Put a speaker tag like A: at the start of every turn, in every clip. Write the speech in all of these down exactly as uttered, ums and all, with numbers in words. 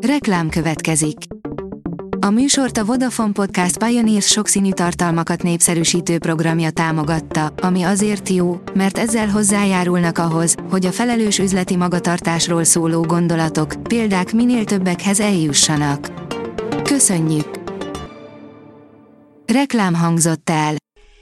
A: Reklám következik. A műsort a Vodafone Podcast Pioneers sokszínű tartalmakat népszerűsítő programja támogatta, ami azért jó, mert ezzel hozzájárulnak ahhoz, hogy a felelős üzleti magatartásról szóló gondolatok, példák minél többekhez eljussanak. Köszönjük! Reklám hangzott el.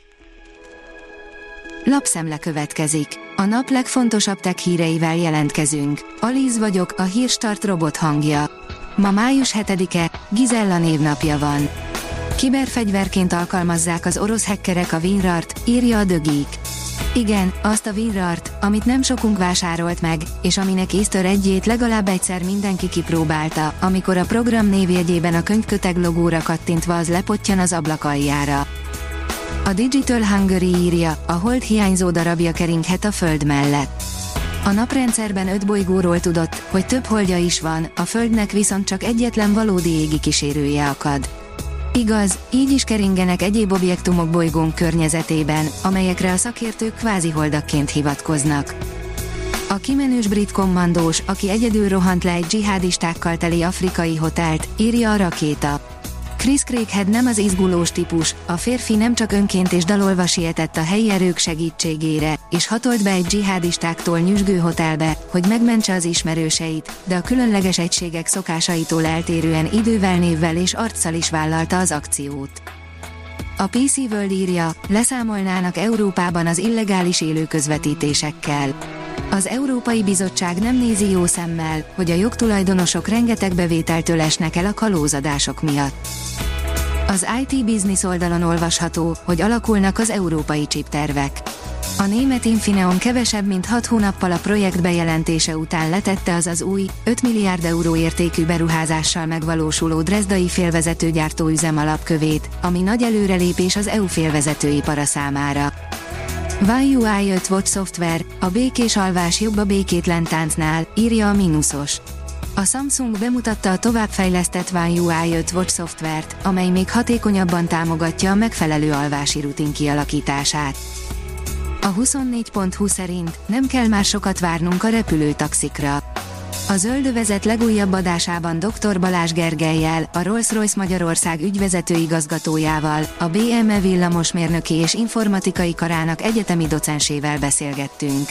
A: Lapszemle következik. A nap legfontosabb tech híreivel jelentkezünk. Alíz vagyok, a Hírstart robot hangja. Ma május hetedike, Gizella névnapja van. Kiberfegyverként alkalmazzák az orosz hackerek a WinRAR-t, írja a The Geek. Igen, azt a WinRAR-t, amit nem sokunk vásárolt meg, és aminek easter egyét legalább egyszer mindenki kipróbálta, amikor a program névjegyében a könyvköteg logóra kattintva az lepottyan az ablak aljára. A Digital Hungary írja, a hold hiányzó darabja keringhet a Föld mellett. A naprendszerben öt bolygóról tudott, hogy több holdja is van, a Földnek viszont csak egyetlen valódi égi kísérője akad. Igaz, így is keringenek egyéb objektumok bolygónk környezetében, amelyekre a szakértők kvázi holdakként hivatkoznak. A kimenős brit kommandós, aki egyedül rohant le egy dzsihádistákkal teli afrikai hotelt, írja a Rakéta. Chris Craighead nem az izgulós típus, a férfi nem csak önként és dalolva sietett a helyi erők segítségére, és hatolt be egy dzsihádistáktól nyüzsgő hotelbe, hogy megmentse az ismerőseit, de a különleges egységek szokásaitól eltérően idővel, névvel és arccal is vállalta az akciót. A pé cé World írja, leszámolnának Európában az illegális élőközvetítésekkel. Az Európai Bizottság nem nézi jó szemmel, hogy a jogtulajdonosok rengeteg bevételtől esnek el a kalózadások miatt. Az i té Business oldalon olvasható, hogy alakulnak az európai chiptervek. A német Infineon kevesebb mint hat hónappal a projekt bejelentése után letette az az új, öt milliárd euró értékű beruházással megvalósuló drezdai félvezetőgyártó üzem alapkövét, ami nagy előrelépés az é u félvezetőipara számára. One U I öt Watch szoftver, a békés alvás jobb a békétlen táncnál, írja a Minusos. A Samsung bemutatta a továbbfejlesztett One U I öt Watch szoftvert, amely még hatékonyabban támogatja a megfelelő alvási rutin kialakítását. A huszonnégy pont hu szerint nem kell már sokat várnunk a repülőtaxikra. A Zöldövezet legújabb adásában dr. Balázs Gergellyel, a Rolls-Royce Magyarország ügyvezető igazgatójával, a bé em e villamosmérnöki és informatikai karának egyetemi docensével beszélgettünk.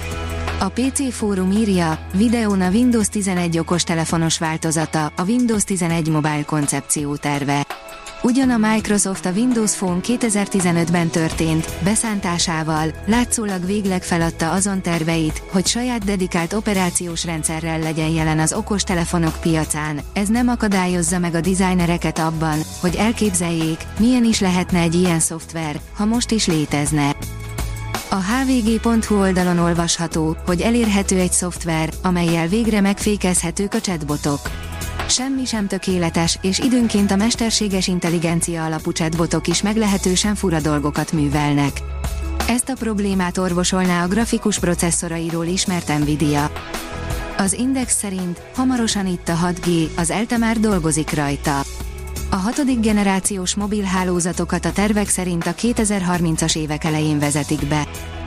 A: A pé cé Fórum írja, videón a Windows tizenegy okostelefonos változata, a Windows tizenegy Mobile koncepció terve. Ugyan a Microsoft a Windows Phone kétezer-tizenötben történt beszántásával, látszólag végleg feladta azon terveit, hogy saját dedikált operációs rendszerrel legyen jelen az okostelefonok piacán, ez nem akadályozza meg a designereket abban, hogy elképzeljék, milyen is lehetne egy ilyen szoftver, ha most is létezne. A há vé gé pont hu oldalon olvasható, hogy elérhető egy szoftver, amellyel végre megfékezhetők a chatbotok. Semmi sem tökéletes, és időnként a mesterséges intelligencia alapú chatbotok is meglehetősen fura dolgokat művelnek. Ezt a problémát orvosolná a grafikus processzorairól ismert Nvidia. Az Index szerint hamarosan itt a hat G, az ELTE már dolgozik rajta. A hatodik generációs mobilhálózatokat a tervek szerint a kétezer-harmincas évek elején vezetik be.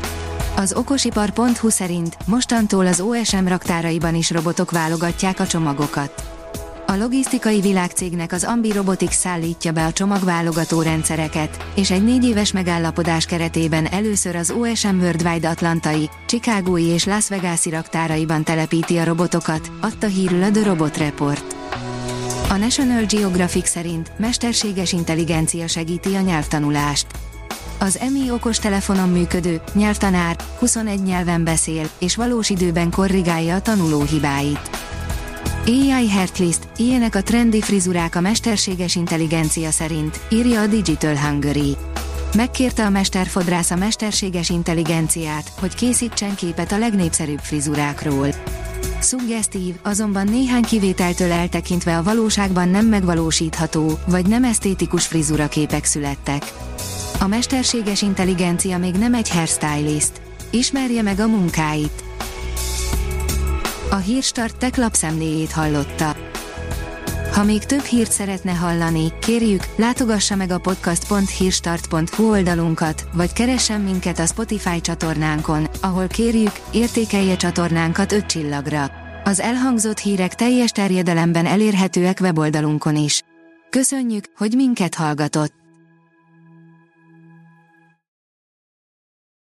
A: Az okosipar pont hu szerint mostantól az o es em raktáraiban is robotok válogatják a csomagokat. A logisztikai világcégnek az Ambi Robotics szállítja be a csomagválogató rendszereket, és egy négy éves megállapodás keretében először az o es em Worldwide atlantai, chicagói és Las Vegasi raktáraiban telepíti a robotokat, adta hírül a The Robot Report. A National Geographic szerint mesterséges intelligencia segíti a nyelvtanulást. Az em i okostelefonon működő nyelvtanár huszonegy nyelven beszél, és valós időben korrigálja a tanuló hibáit. á i Heartlist, ilyenek a trendi frizurák a mesterséges intelligencia szerint, írja a Digital Hungary. Megkérte a mesterfodrász a mesterséges intelligenciát, hogy készítsen képet a legnépszerűbb frizurákról. Szuggesztív, azonban néhány kivételtől eltekintve a valóságban nem megvalósítható, vagy nem esztétikus frizuraképek születtek. A mesterséges intelligencia még nem egy hairstylist. Ismerje meg a munkáit. A Hírstart Tech lapszemléjét hallotta. Ha még több hírt szeretne hallani, kérjük, látogassa meg a podcast pont hírstart pont hu oldalunkat, vagy keressen minket a Spotify csatornánkon, ahol kérjük, értékelje csatornánkat öt csillagra. Az elhangzott hírek teljes terjedelemben elérhetőek weboldalunkon is. Köszönjük, hogy minket hallgatott!